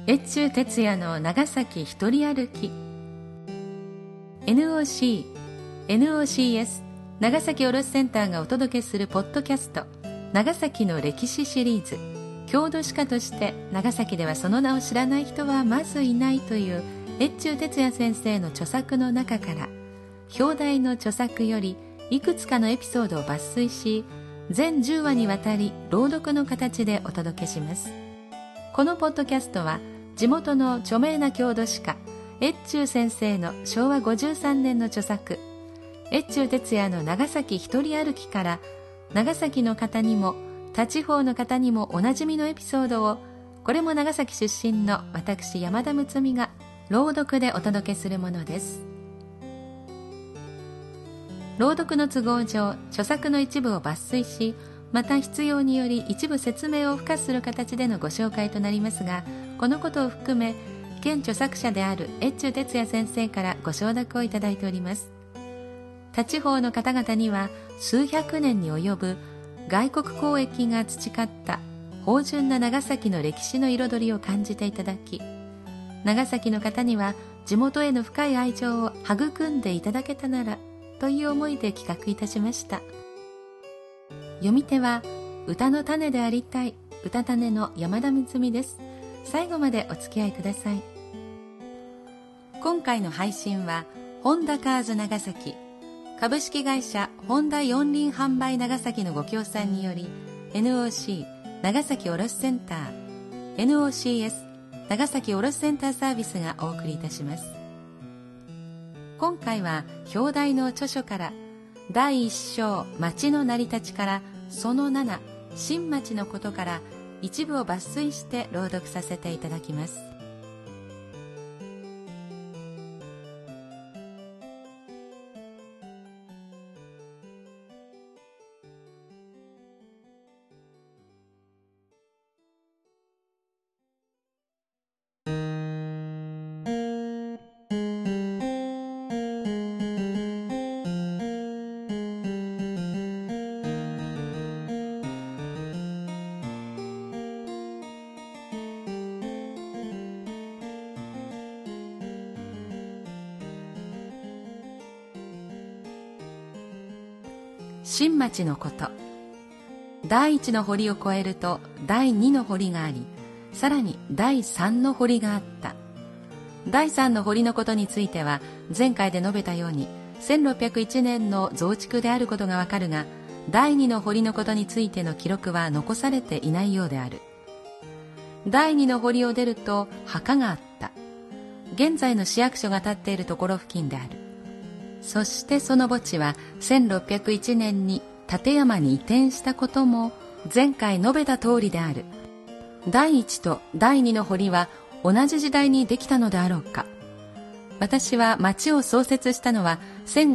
越中哲也の長崎一人歩き NOC、NOCS 長崎卸センターがお届けするポッドキャスト長崎の歴史シリーズ。郷土史家として長崎ではその名を知らない人はまずいないという越中哲也先生の著作の中から表題の著作よりいくつかのエピソードを抜粋し、全10話にわたり朗読の形でお届けします。このポッドキャストは地元の著名な郷土史家越中先生の昭和53年の著作越中哲也の長崎一人歩きから、長崎の方にも他地方の方にもおなじみのエピソードを、これも長崎出身の私山田睦美が朗読でお届けするものです。朗読の都合上、著作の一部を抜粋し、また必要により一部説明を付加する形でのご紹介となりますが、このことを含め現著作者である越中哲也先生からご承諾をいただいております。他地方の方々には数百年に及ぶ外国交易が培った芳醇な長崎の歴史の彩りを感じていただき、長崎の方には地元への深い愛情を育んでいただけたならという思いで企画いたしました。読み手は歌の種でありたい歌種の山田睦美です。最後までお付き合いください。今回の配信はホンダカーズ長崎株式会社ホンダ四輪販売長崎のご協賛により NOC 長崎卸センター NOCS 長崎卸センターサービスがお送りいたします。今回は表題の著書から第1章町の成り立ちからその7新町のことから一部を抜粋して朗読させていただきます。新町のこと。第一の堀を越えると第二の堀があり、さらに第三の堀があった。第三の堀のことについては前回で述べたように1601年の増築であることがわかるが、第二の堀のことについての記録は残されていないようである。第二の堀を出ると墓があった。現在の市役所が建っているところ付近である。そしてその墓地は1601年に立山に移転したことも前回述べた通りである。第一と第二の堀は同じ時代にできたのであろうか。私は町を創設したのは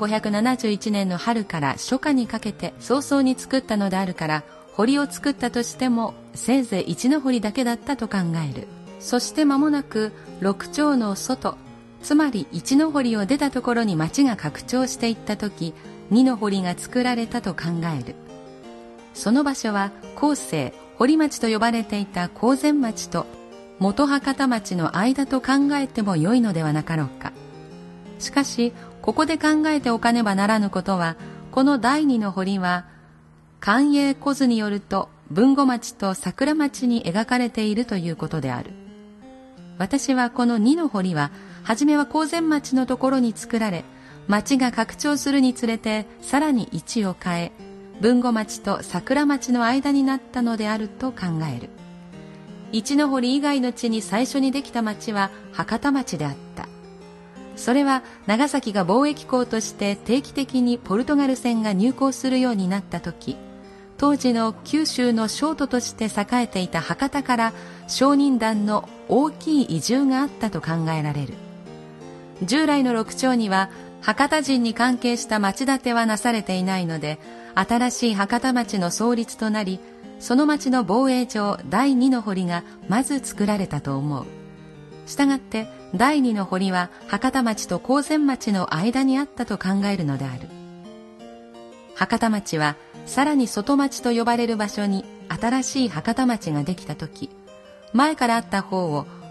1571年の春から初夏にかけて早々に作ったのであるから、堀を作ったとしてもせいぜい一の堀だけだったと考える。そして間もなく六町の外、つまり一の堀を出たところに町が拡張していった時、二の堀が作られたと考える。その場所は後世堀町と呼ばれていた興前町と元博多町の間と考えてもよいのではなかろうか。しかしここで考えておかねばならぬことは、この第二の堀は寛永小図によると豊後町と桜町に描かれているということである。私はこの二の堀ははじめは興前町のところに作られ、町が拡張するにつれてさらに位置を変え、豊後町と桜町の間になったのであると考える。一の堀以外の地に最初にできた町は博多町であった。それは長崎が貿易港として定期的にポルトガル船が入港するようになった時、当時の九州の商都として栄えていた博多から商人団の大きい移住があったと考えられる。従来の六町には博多人に関係した町建てはなされていないので、新しい博多町の創立となり、その町の防衛上第二の堀がまず作られたと思う。したがって第二の堀は博多町と興前町の間にあったと考えるのである。博多町はさらに外町と呼ばれる場所に新しい博多町ができたとき、前からあった方を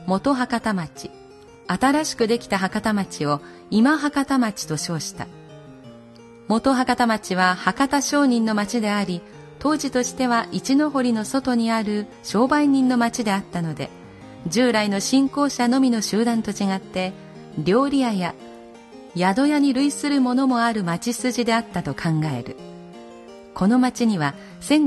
元博多町、新しくできた博多町を今博多町と称した。元博多町は博多商人の町であり、当時としては一の堀の外にある商売人の町であったので、従来の信仰者のみの集団と違って料理屋や宿屋に類するものもある町筋であったと考える。この町には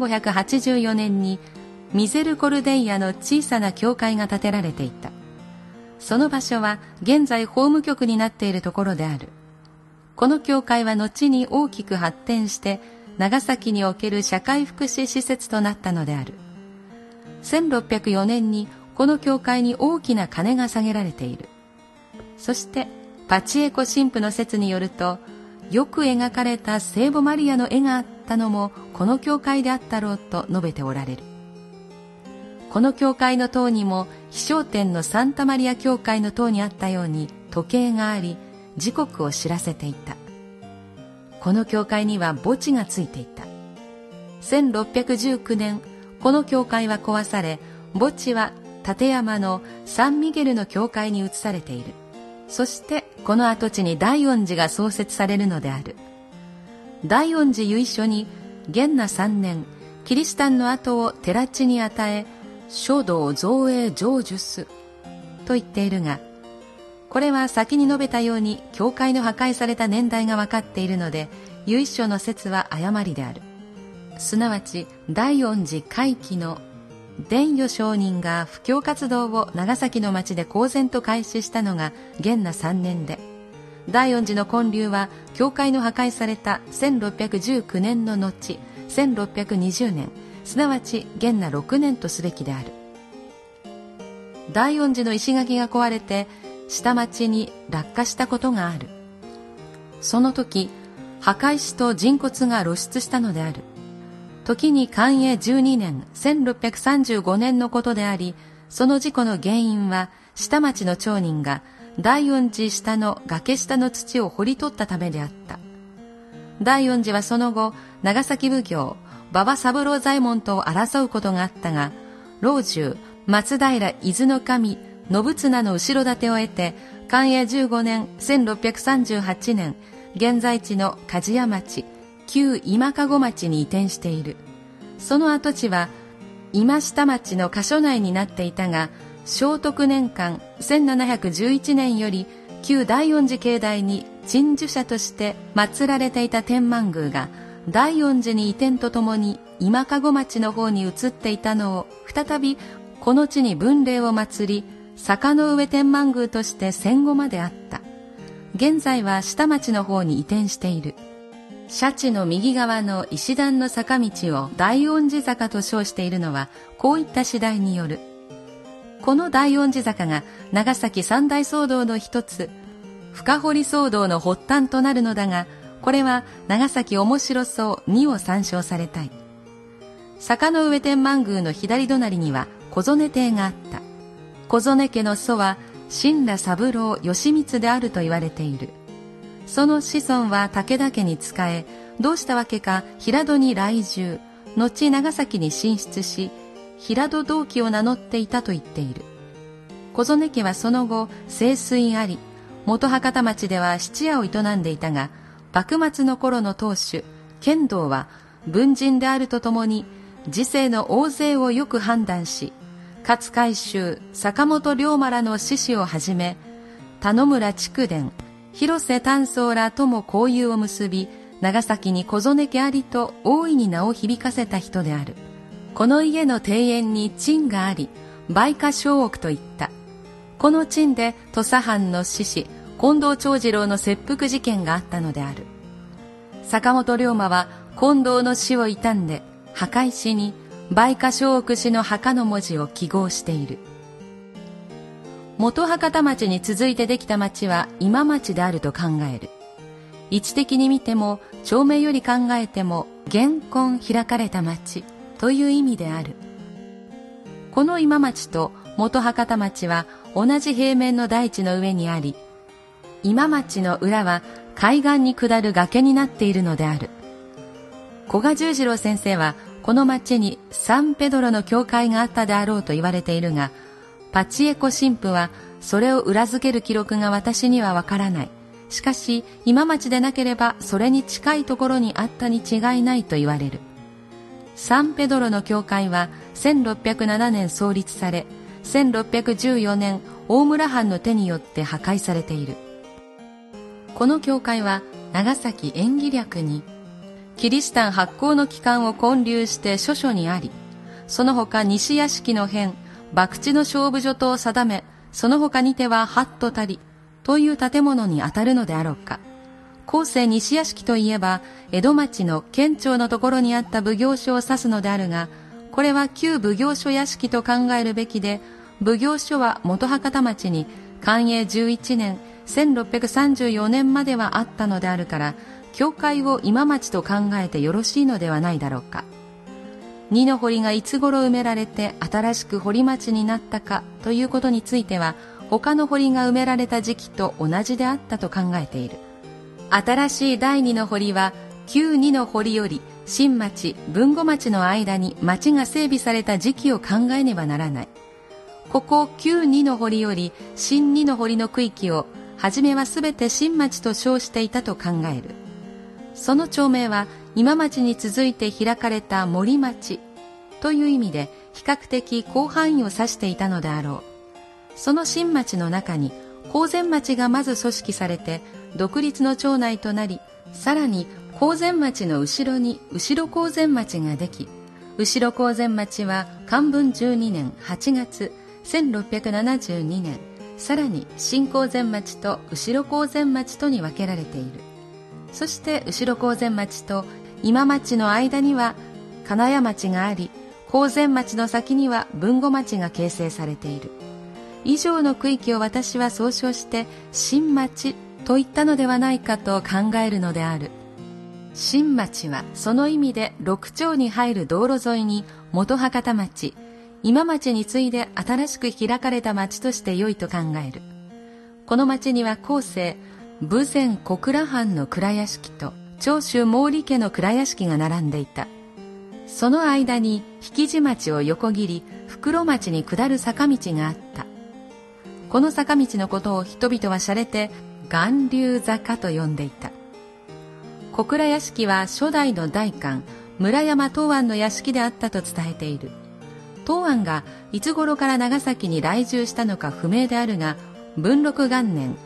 1584年にミゼルコルデイアの小さな教会が建てられていた。その場所は現在法務局になっているところである。この教会は後に大きく発展して長崎における社会福祉施設となったのである。1604年にこの教会に大きな鐘が下げられている。そしてパチエコ神父の説によると、よく描かれた聖母マリアの絵があったのもこの教会であったろうと述べておられる。この教会の塔にも飛翔天のサンタマリア教会の塔にあったように時計があり、時刻を知らせていた。この教会には墓地がついていた。1619年、この教会は壊され、墓地は立山のサンミゲルの教会に移されている。そしてこの跡地に大恩寺が創設されるのである。大恩寺由緒に元和3年、キリシタンの跡を寺地に与え、書道造営成就と言っているが、これは先に述べたように教会の破壊された年代が分かっているので、由緒の説は誤りである。すなわち大恩寺開基の伝与上人が布教活動を長崎の町で公然と開始したのが元和3年で、大恩寺の建立は教会の破壊された1619年の後、1620年、すなわち元和6年とすべきである。大恩寺の石垣が壊れて下町に落下したことがある。その時、墓石と人骨が露出したのである。時に寛永12年、1635年のことであり、その事故の原因は下町の町人が大恩寺下の崖下の土を掘り取ったためであった。大恩寺はその後、長崎奉行馬場三郎左衛門と争うことがあったが、老中松平伊豆の神信綱の後ろ盾を得て、寛永15年1638年、現在地の梶屋町、旧今籠町に移転している。その跡地は今下町の箇所内になっていたが、正徳年間1711年より旧大恩寺境内に鎮守者として祀られていた天満宮が大恩寺に移転とともに今籠町の方に移っていたのを、再びこの地に分霊を祀り、坂の上天満宮として戦後まであった。現在は下町の方に移転している。社地の右側の石段の坂道を大恩寺坂と称しているのは、こういった次第による。この大恩寺坂が長崎三大騒動の一つ、深堀騒動の発端となるのだが、これは長崎面白そう2を参照されたい。坂の上天満宮の左隣には小曽根邸があった。小曽根家の祖は新羅三郎義満であると言われている。その子孫は武田家に仕え、どうしたわけか平戸に来住、後長崎に進出し、平戸同期を名乗っていたと言っている。小曽根家はその後清水あり、元博多町では質屋を営んでいたが、幕末の頃の当主剣道は文人であるとともに時世の大勢をよく判断し、勝海舟、坂本龍馬らの志士をはじめ、田野村筑伝、広瀬丹宗らとも交友を結び、長崎に小曽根家ありと大いに名を響かせた人である。この家の庭園に鎮があり、梅花松屋といった。この鎮で土佐藩の志士近藤長次郎の切腹事件があったのである。坂本龍馬は近藤の死を悼んで、墓石に梅花松屋氏の墓の文字を記号している。元博多町に続いてできた町は今町であると考える。位置的に見ても町名より考えても現今開かれた町という意味である。この今町と元博多町は同じ平面の大地の上にあり、今町の裏は海岸に下る崖になっているのである。古賀十次郎先生はこの町にサンペドロの教会があったであろうと言われているが、 パチエコ神父はそれを裏付ける記録が私にはわからない。しかし今町でなければそれに近いところにあったに違いないと言われる。サンペドロの教会は1607年創立され、1614年大村藩の手によって破壊されている。この教会は長崎延喜略にキリシタン発行の期間を建立して諸書にあり、その他西屋敷の辺、博打の勝負所とを定め、その他にては八とたりという建物にあたるのであろうか。後世西屋敷といえば江戸町の県庁のところにあった奉行所を指すのであるが、これは旧奉行所屋敷と考えるべきで、奉行所は元博多町に寛永11年1634年まではあったのであるから、教会を今町と考えてよろしいのではないだろうか。二の堀がいつ頃埋められて新しく堀町になったかということについては、他の堀が埋められた時期と同じであったと考えている。新しい第二の堀は旧二の堀より新町、豊後町の間に町が整備された時期を考えねばならない。ここ旧二の堀より新二の堀の区域をはじめはすべて新町と称していたと考える。その町名は今町に続いて開かれた森町という意味で比較的広範囲を指していたのであろう。その新町の中に興善町がまず組織されて独立の町内となり、さらに興善町の後ろに後興善町ができ、後興善町は寛文12年8月1672年、さらに新興善町と後興善町とに分けられている。そして後興善町と今町の間には金谷町があり、興善町の先には豊後町が形成されている。以上の区域を私は総称して新町と言ったのではないかと考えるのである。新町はその意味で六町に入る道路沿いに元博多町、今町に次いで新しく開かれた町として良いと考える。この町には後世豊前小倉藩の蔵屋敷と長州毛利家の蔵屋敷が並んでいた。その間に引地町を横切り袋町に下る坂道があった。この坂道のことを人々はしゃれて巌流坂と呼んでいた。小倉屋敷は初代の代官村山東庵の屋敷であったと伝えている。東庵がいつ頃から長崎に来住したのか不明であるが、文禄元年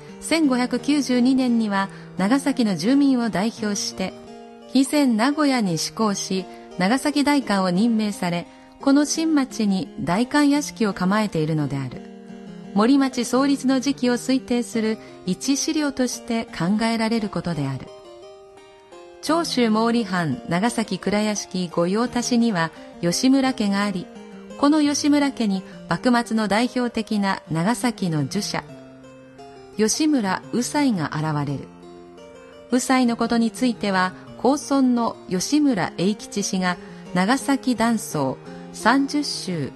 1592年には長崎の住民を代表して肥前名古屋に施行し、長崎代官を任命され、この新町に代官屋敷を構えているのである。森町創立の時期を推定する一資料として考えられることである。長州毛利藩長崎蔵屋敷御用達には吉村家があり、この吉村家に幕末の代表的な長崎の儒者吉村右斎が現れる。右斎のことについては高村の吉村永吉氏が長崎断層30集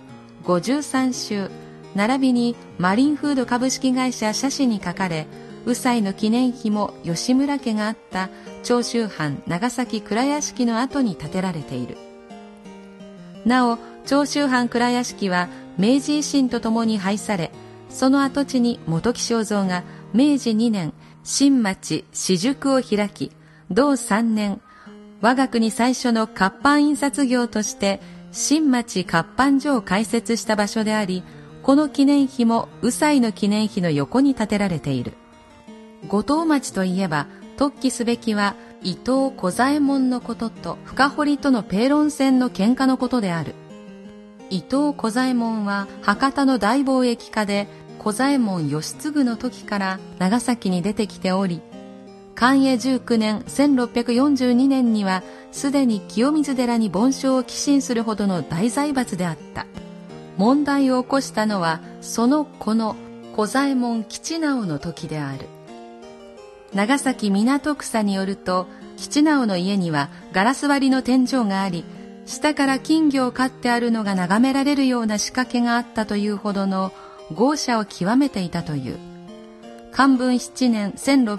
53集並びにマリンフード株式会社社史に書かれ、右斎の記念碑も吉村家があった長州藩長崎蔵屋敷の後に建てられている。なお長州藩蔵屋敷は明治維新とともに廃され、その跡地に本木正蔵が明治2年新町私塾を開き、同3年我が国最初の活版印刷業として新町活版所を開設した場所であり、この記念碑も右斎の記念碑の横に建てられている。後藤町といえば特記すべきは伊藤小左衛門のことと深堀とのペーロン戦の喧嘩のことである。伊藤小左衛門は博多の大貿易家で、小左衛門義継の時から長崎に出てきており、寛永19年1642年にはすでに清水寺に梵鐘を寄進するほどの大財閥であった。問題を起こしたのはその子の小左衛門吉直の時である。長崎港草によると、吉直の家にはガラス張りの天井があり、下から金魚を飼ってあるのが眺められるような仕掛けがあったというほどの豪奢を極めていたという。寛文7年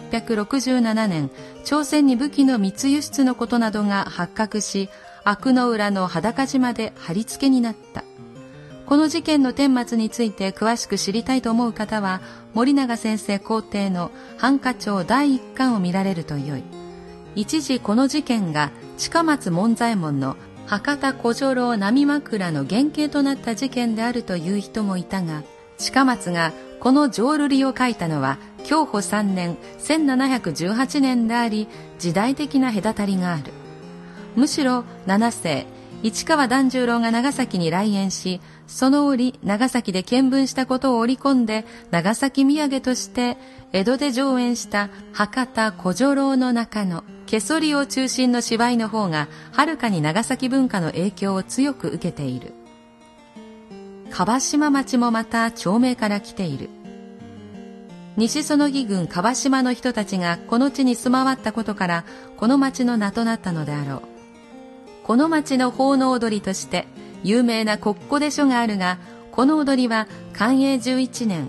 1667年、朝鮮に武器の密輸出のことなどが発覚し、悪の浦の裸島で貼り付けになった。ここの事件の顛末について詳しく知りたいと思う方は、森永先生校訂の繁華帳第1巻を見られるとよい。一時この事件が近松門左衛門の博多小女郎波枕の原型となった事件であるという人もいたが、近松がこの浄瑠璃を書いたのは享保3年1718年であり、時代的な隔たりがある。むしろ七世市川團十郎が長崎に来園し、その折長崎で見聞したことを織り込んで長崎土産として江戸で上演した博多小女郎の中の毛そりを中心の芝居の方がはるかに長崎文化の影響を強く受けている。樺島町もまた町名から来ている。西園木郡樺島の人たちがこの地に住まわったことからこの町の名となったのであろう。この町の奉納踊りとして有名な国庫出所があるが、この踊りは寛永11年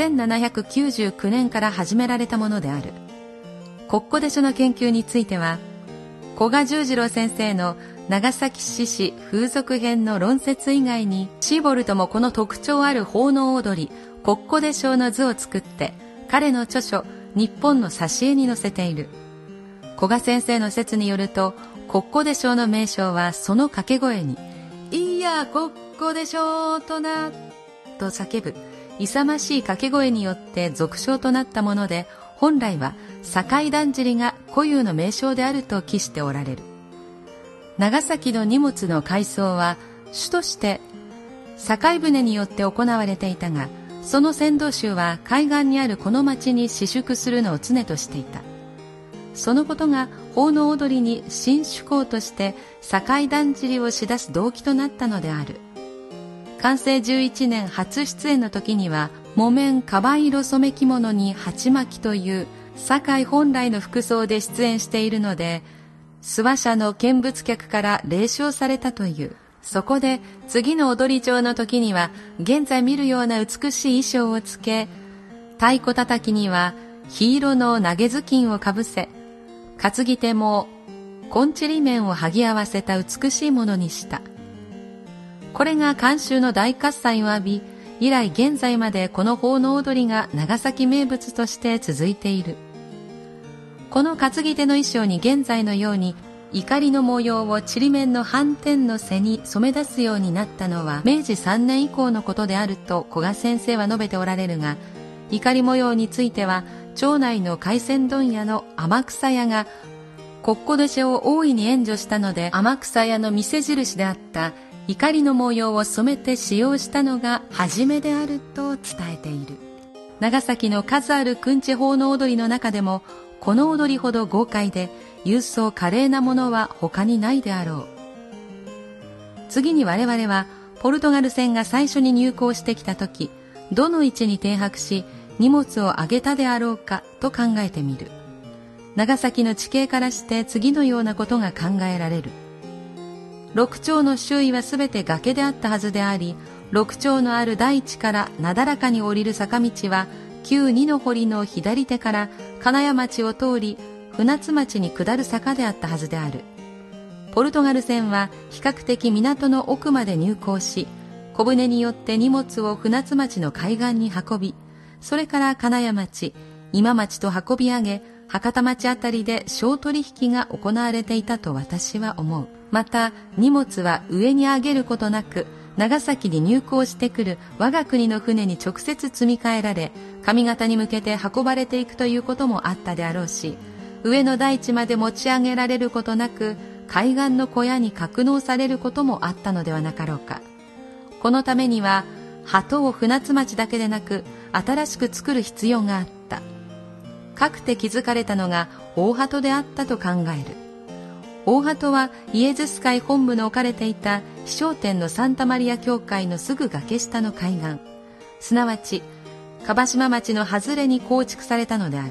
1799年から始められたものである。国庫出所の研究については、古賀十次郎先生の長崎市史風俗編の論説以外に、シーボルトもこの特徴ある奉納踊り国庫出所の図を作って彼の著書日本の挿絵に載せている。古賀先生の説によると、国庫出所の名称はその掛け声にいや国庫出所となと叫ぶ勇ましい掛け声によって俗称となったもので、本来は境だんじりが固有の名称であると記しておられる。長崎の荷物の回送は主として境船によって行われていたが、その船頭衆は海岸にあるこの町に私宿するのを常としていた。そのことが奉納踊りに新趣向として境だんじりをしだす動機となったのである。寛政11年初出演の時には、木綿樺色染着物に鉢巻きという堺本来の服装で出演しているので、諏訪社の見物客から励唱されたという。そこで次の踊り帳の時には現在見るような美しい衣装をつけ、太鼓叩きには火色の投げ頭巾をかぶせ、担ぎ手もこんちり面を剥ぎ合わせた美しいものにした。これが観衆の大喝采を浴び、以来現在までこの奉納踊りが長崎名物として続いている。この担ぎ手の衣装に現在のように怒りの模様をちりめんの斑点の背に染め出すようになったのは明治3年以降のことであると古賀先生は述べておられるが、怒り模様については町内の海鮮問屋の天草屋が国庫出所を大いに援助したので、天草屋の店印であった怒りの模様を染めて使用したのが初めであると伝えている。長崎の数あるくんち奉納踊りの中でもこの踊りほど豪快で勇壮華麗なものは他にないであろう。次に我々はポルトガル船が最初に入港してきた時、どの位置に停泊し荷物をあげたであろうかと考えてみる。長崎の地形からして次のようなことが考えられる。六町の周囲はすべて崖であったはずであり、六町のある大地からなだらかに降りる坂道は旧二の堀の左手から金谷町を通り船津町に下る坂であったはずである。ポルトガル船は比較的港の奥まで入港し、小舟によって荷物を船津町の海岸に運び、それから金谷町、今町と運び上げ、博多町あたりで商取引が行われていたと私は思う。また荷物は上に上げることなく長崎に入港してくる我が国の船に直接積み替えられ、上方に向けて運ばれていくということもあったであろうし、上の大地まで持ち上げられることなく海岸の小屋に格納されることもあったのではなかろうか。このためには鳩を船津町だけでなく新しく作る必要があった。かくて築かれたのが大鳩であったと考える。大鳩はイエズス会本部の置かれていた飛翔天のサンタマリア教会のすぐ崖下の海岸、すなわち樺島町の外れに構築されたのである。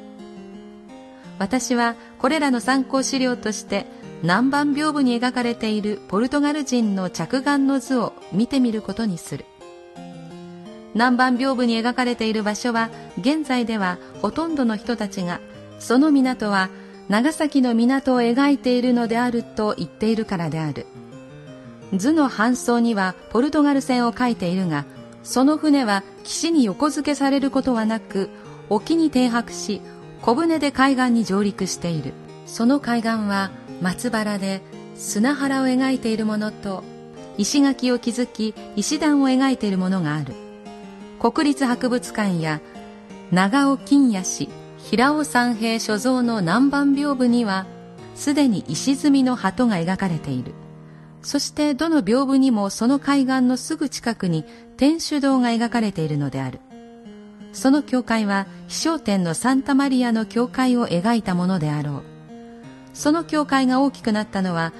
私はこれらの参考資料として南蛮屏風に描かれているポルトガル人の着岸の図を見てみることにする。南蛮屏風に描かれている場所は現在ではほとんどの人たちがその港は長崎の港を描いているのであると言っているからである。 図の搬送にはポルトガル船を書いているが、その船は岸に横付けされることはなく、沖に停泊し、小舟で海岸に上陸している。その海岸は松原で砂原を描いているものと、石垣を築き石段を描いているものがある。国立博物館や長尾金谷氏、平尾三平所蔵の南蛮屏風には、すでに石積みの鳩が描かれている。そしてどの屏風にもその海岸のすぐ近くに天主堂が描かれているのである。その教会は飛翔天のサンタマリアの教会を描いたものであろう。その教会が大きくなったのは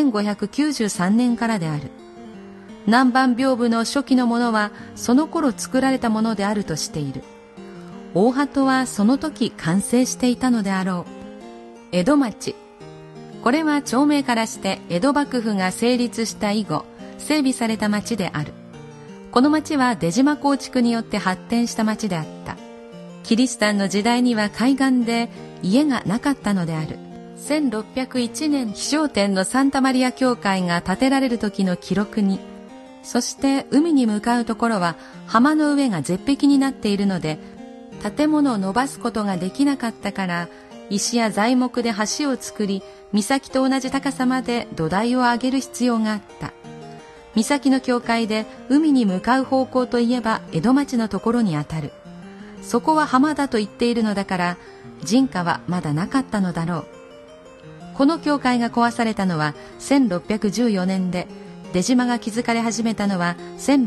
1593年からである。南蛮屏風の初期のものはその頃作られたものであるとしている。大鳩はその時完成していたのであろう。江戸町。これは町名からして江戸幕府が成立した以後整備された町である。この町は出島構築によって発展した町であった。キリシタンの時代には海岸で家がなかったのである。1601年飛翔天のサンタマリア教会が建てられる時の記録に、そして海に向かうところは浜の上が絶壁になっているので、建物を伸ばすことができなかったから、石や材木で橋を作り、岬と同じ高さまで土台を上げる必要があった。岬の境界で海に向かう方向といえば江戸町のところにあたる。そこは浜だと言っているのだから、人家はまだなかったのだろう。この教会が壊されたのは1614年で、出島が築かれ始めたのは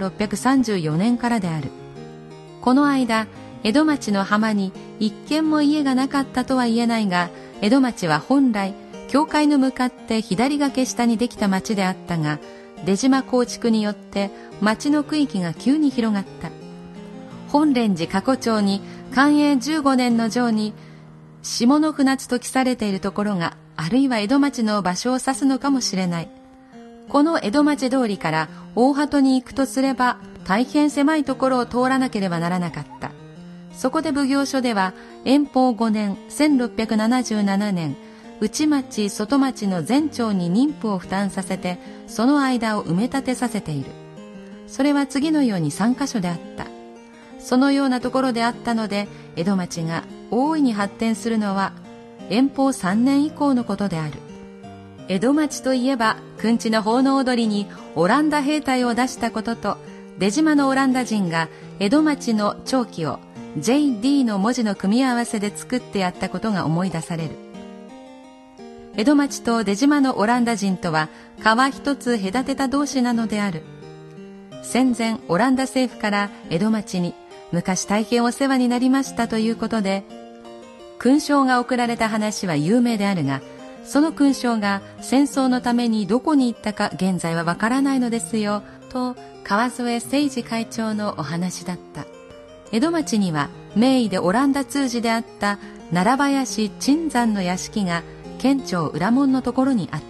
1634年からである。この間、江戸町の浜に一軒も家がなかったとは言えないが、江戸町は本来教会の向かって左崖下にできた町であったが、出島構築によって町の区域が急に広がった。本蓮寺過去町に寛永15年の上に下の船津と記されているところが、あるいは江戸町の場所を指すのかもしれない。この江戸町通りから大鳩に行くとすれば、大変狭いところを通らなければならなかった。そこで奉行所では延保5年1677年、内町外町の全町に任府を負担させて、その間を埋め立てさせている。それは次のように3カ所であった。そのようなところであったので、江戸町が大いに発展するのは延保3年以降のことである。江戸町といえば、くんちの奉納踊りにオランダ兵隊を出したことと、出島のオランダ人が江戸町の町旗を JD の文字の組み合わせで作ってやったことが思い出される。江戸町と出島のオランダ人とは川一つ隔てた同士なのである。戦前オランダ政府から江戸町に昔大変お世話になりましたということで勲章が贈られた話は有名であるが、その勲章が戦争のためにどこに行ったか現在はわからないのですよと川添誠二会長のお話だった。江戸町には名医でオランダ通詞であった奈良林椿山の屋敷が県庁裏門のところにあった。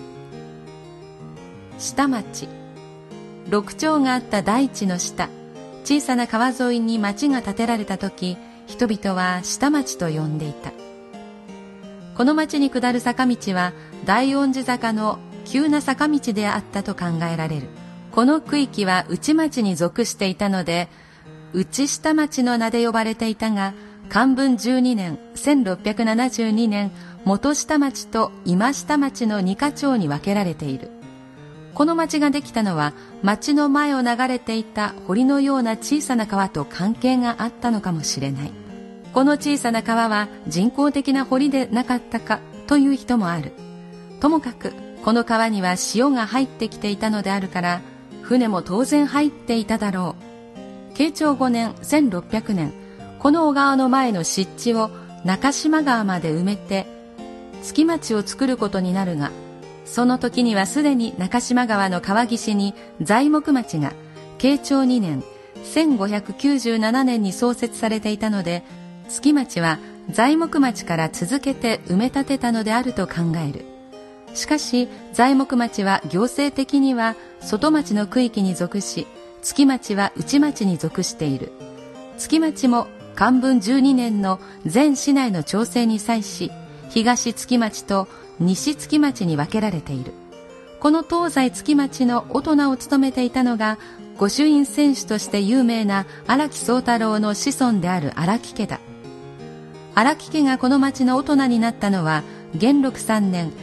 下町。六町があった大地の下、小さな川沿いに町が建てられた時、人々は下町と呼んでいた。この町に下る坂道は大恩寺坂の急な坂道であったと考えられる。この区域は内町に属していたので、内下町の名で呼ばれていたが、寛文12年1672年、元下町と今下町の2か町に分けられている。この町ができたのは、町の前を流れていた堀のような小さな川と関係があったのかもしれない。この小さな川は人工的な堀でなかったかという人もある。ともかく、この川には潮が入ってきていたのであるから、船も当然入っていただろう。慶長5年1600年、この小川の前の湿地を中島川まで埋めて、月町を作ることになるが、その時にはすでに中島川の川岸に材木町が慶長2年1597年に創設されていたので、月町は材木町から続けて埋め立てたのであると考える。しかし材木町は行政的には外町の区域に属し、月町は内町に属している。月町も寛文12年の全市内の調整に際し、東月町と西月町に分けられている。 この東西月町の大人を務めていたのが、御朱印船主として有名な荒木宗太郎の子孫である荒木家だ。荒木家がこの町の大人になったのは元禄3年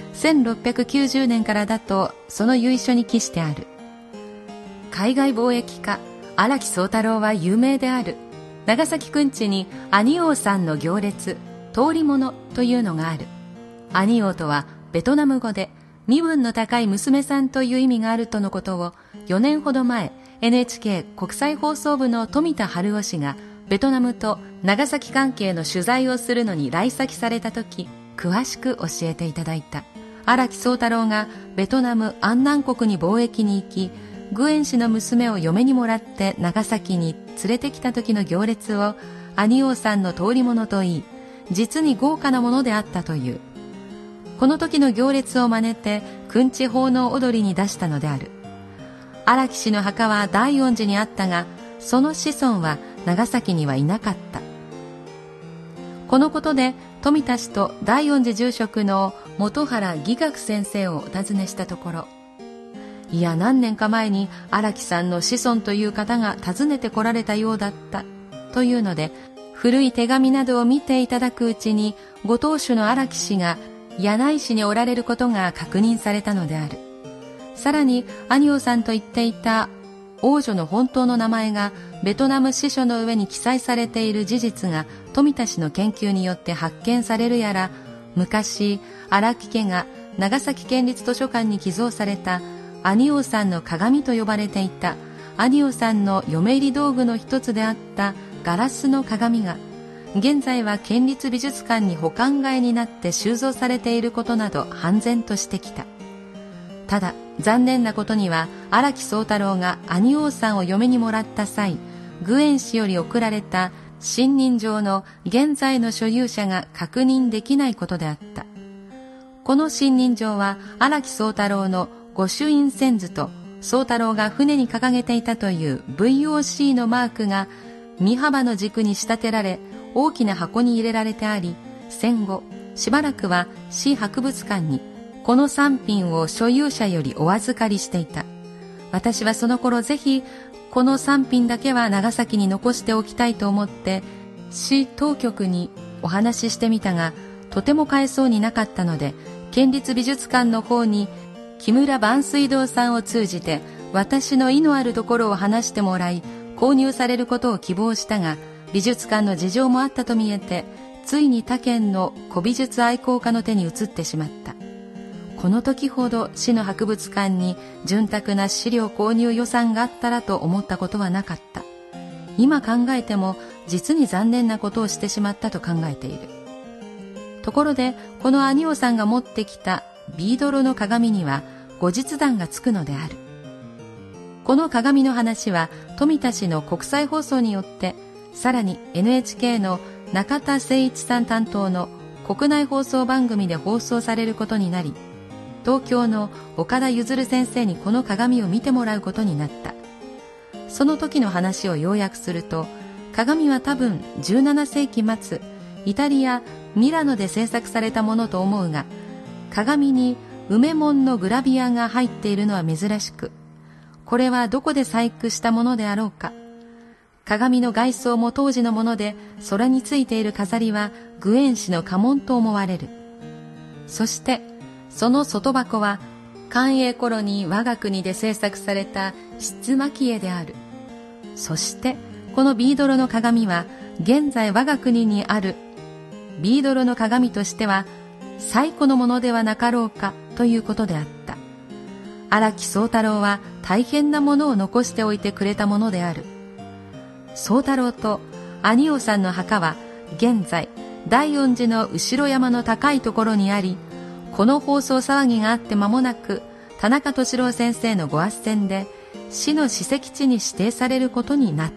1690年からだと、その由緒に記してある。海外貿易家荒木宗太郎は有名である。長崎くんちに兄王さんの行列、通り物というのがある。兄王とはベトナム語で身分の高い娘さんという意味があるとのことを、4年ほど前 NHK 国際放送部の富田春夫氏がベトナムと長崎関係の取材をするのに来先された時、詳しく教えていただいた。荒木宗太郎がベトナム安南国に貿易に行き、グエン氏の娘を嫁にもらって長崎に連れてきた時の行列を兄王さんの通り物といい、実に豪華なものであったという。この時の行列を真似てくんち奉納踊りに出したのである。荒木氏の墓は大恩寺にあったが、その子孫は長崎にはいなかった。このことで富田氏と大恩寺住職の本原義学先生をお尋ねしたところ、いや何年か前に荒木さんの子孫という方が訪ねて来られたようだったというので、古い手紙などを見ていただくうちに、ご当主の荒木氏が柳井市におられることが確認されたのである。さらに兄王さんと言っていた王女の本当の名前がベトナム史書の上に記載されている事実が富田氏の研究によって発見されるやら、昔荒木家が長崎県立図書館に寄贈された兄王さんの鏡と呼ばれていた兄王さんの嫁入り道具の一つであったガラスの鏡が、現在は県立美術館に保管外になって収蔵されていることなど判然としてきた。ただ残念なことには、荒木宗太郎が兄王さんを嫁にもらった際、グエン氏より送られた信任状の現在の所有者が確認できないことであった。この信任状は荒木宗太郎の御朱印船図と宗太郎が船に掲げていたという VOC のマークが身幅の軸に仕立てられ、大きな箱に入れられてあり、戦後しばらくは市博物館にこの産品を所有者よりお預かりしていた。私はその頃ぜひこの産品だけは長崎に残しておきたいと思って市当局にお話ししてみたが、とても買えそうになかったので、県立美術館の方に木村万水堂さんを通じて私の意のあるところを話してもらい、購入されることを希望したが、美術館の事情もあったと見えて、ついに他県の古美術愛好家の手に移ってしまった。この時ほど市の博物館に潤沢な資料購入予算があったらと思ったことはなかった。今考えても実に残念なことをしてしまったと考えている。ところでこの兄王さんが持ってきたビードロの鏡には後日談がつくのである。この鏡の話は富田氏の国際放送によって、さらに NHK の中田誠一さん担当の国内放送番組で放送されることになり、東京の岡田譲先生にこの鏡を見てもらうことになった。その時の話を要約すると、鏡は多分17世紀末イタリアミラノで制作されたものと思うが、鏡に梅紋のグラビアが入っているのは珍しく、これはどこで細工したものであろうか。鏡の外装も当時のもので、空についている飾りはグエン氏の家紋と思われる。そしてその外箱は寛永頃に我が国で制作された漆蒔絵である。そしてこのビードロの鏡は現在我が国にあるビードロの鏡としては最古のものではなかろうかということであった。荒木宗太郎は大変なものを残しておいてくれたものである。宗太郎と兄王さんの墓は現在大恩寺の後ろ山の高いところにあり、この放送騒ぎがあって間もなく田中俊郎先生のご斡旋で市の史跡地に指定されることになった。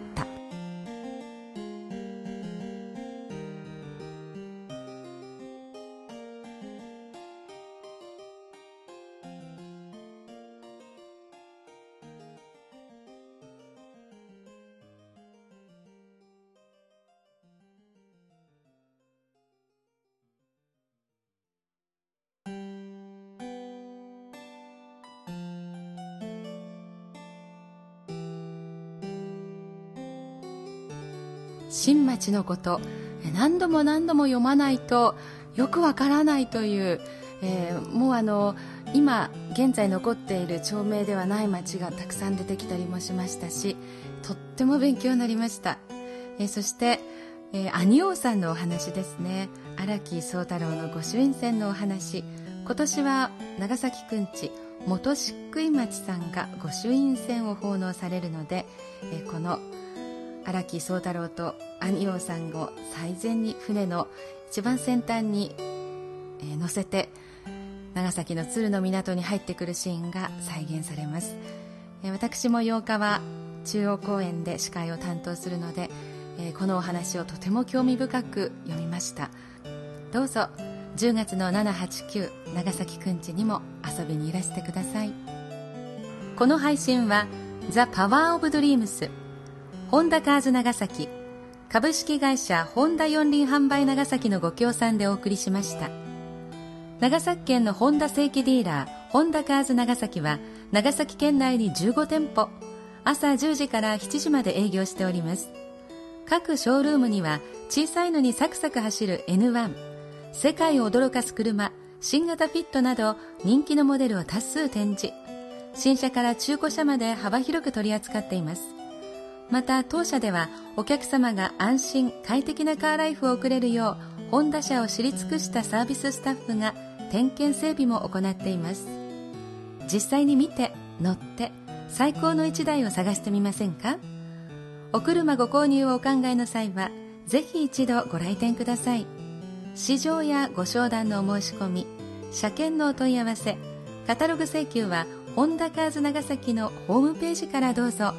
新町のこと、何度も何度も読まないとよくわからないという、もう今現在残っている町名ではない町がたくさん出てきたりもしましたし、とっても勉強になりました。そして、兄王さんのお話ですね。荒木宗太郎の御朱印船のお話、今年は長崎くんち元漆喰町さんが御朱印船を奉納されるので、この荒木宗太郎と兄王さんを最前に船の一番先端に乗せて長崎の鶴の港に入ってくるシーンが再現されます。私も8日は中央公園で司会を担当するので、このお話をとても興味深く読みました。どうぞ10月の7、8、9長崎くんちにも遊びにいらしてください。この配信はザ・パワーオブドリームスホンダカーズ長崎株式会社ホンダ四輪販売長崎のご協賛でお送りしました。長崎県のホンダ正規ディーラーホンダカーズ長崎は長崎県内に15店舗、朝10時から7時まで営業しております。各ショールームには小さいのにサクサク走る N1、 世界を驚かす車、新型フィットなど人気のモデルを多数展示。新車から中古車まで幅広く取り扱っています。また当社ではお客様が安心快適なカーライフを送れるようホンダ車を知り尽くしたサービススタッフが点検整備も行っています。実際に見て乗って最高の一台を探してみませんか？お車ご購入をお考えの際はぜひ一度ご来店ください。試乗やご商談のお申し込み、車検のお問い合わせ、カタログ請求はホンダカーズ長崎のホームページからどうぞ。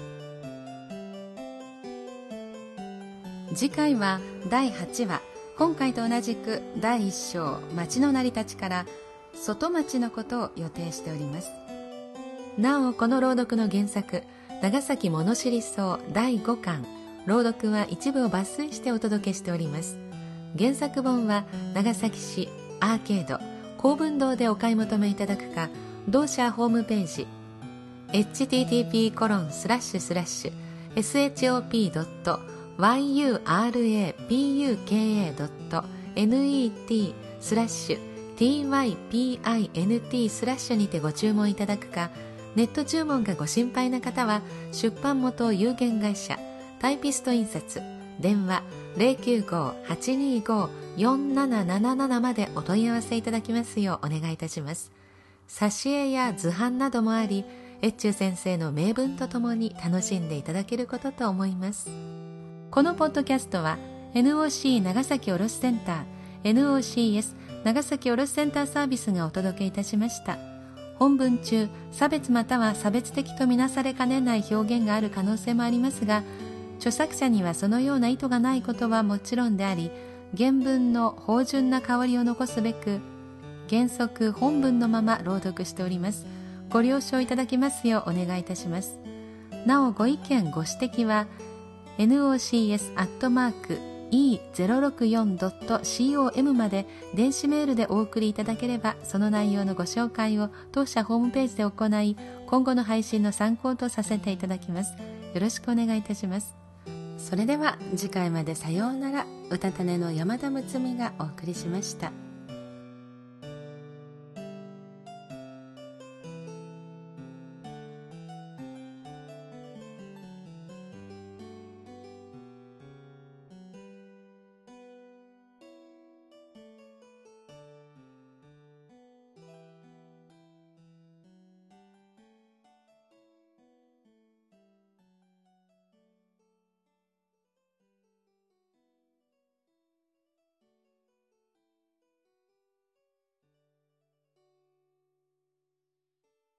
次回は第8話、今回と同じく第1章町の成り立ちから外町のことを予定しております。なおこの朗読の原作長崎物知り草第5巻、朗読は一部を抜粋してお届けしております。原作本は長崎市アーケード公文堂でお買い求めいただくか、同社ホームページ http://shop.yurupuka.net/typint/ にてご注文いただくか、ネット注文がご心配な方は出版元有限会社タイピスト印刷電話 095-825-4777 までお問い合わせいただきますようお願いいたします。挿絵や図版などもあり、越中先生の名文とともに楽しんでいただけることと思います。このポッドキャストは NOC 長崎卸センター NOCS 長崎卸センターサービスがお届けいたしました。本文中差別または差別的とみなされかねない表現がある可能性もありますが、著作者にはそのような意図がないことはもちろんであり、原文の芳醇な香りを残すべく原則本文のまま朗読しております。ご了承いただきますようお願いいたします。なおご意見ご指摘は nocs@e064.com まで電子メールでお送りいただければ、その内容のご紹介を当社ホームページで行い、今後の配信の参考とさせていただきます。よろしくお願いいたします。それでは次回までさようなら。うたたねの山田睦美がお送りしました。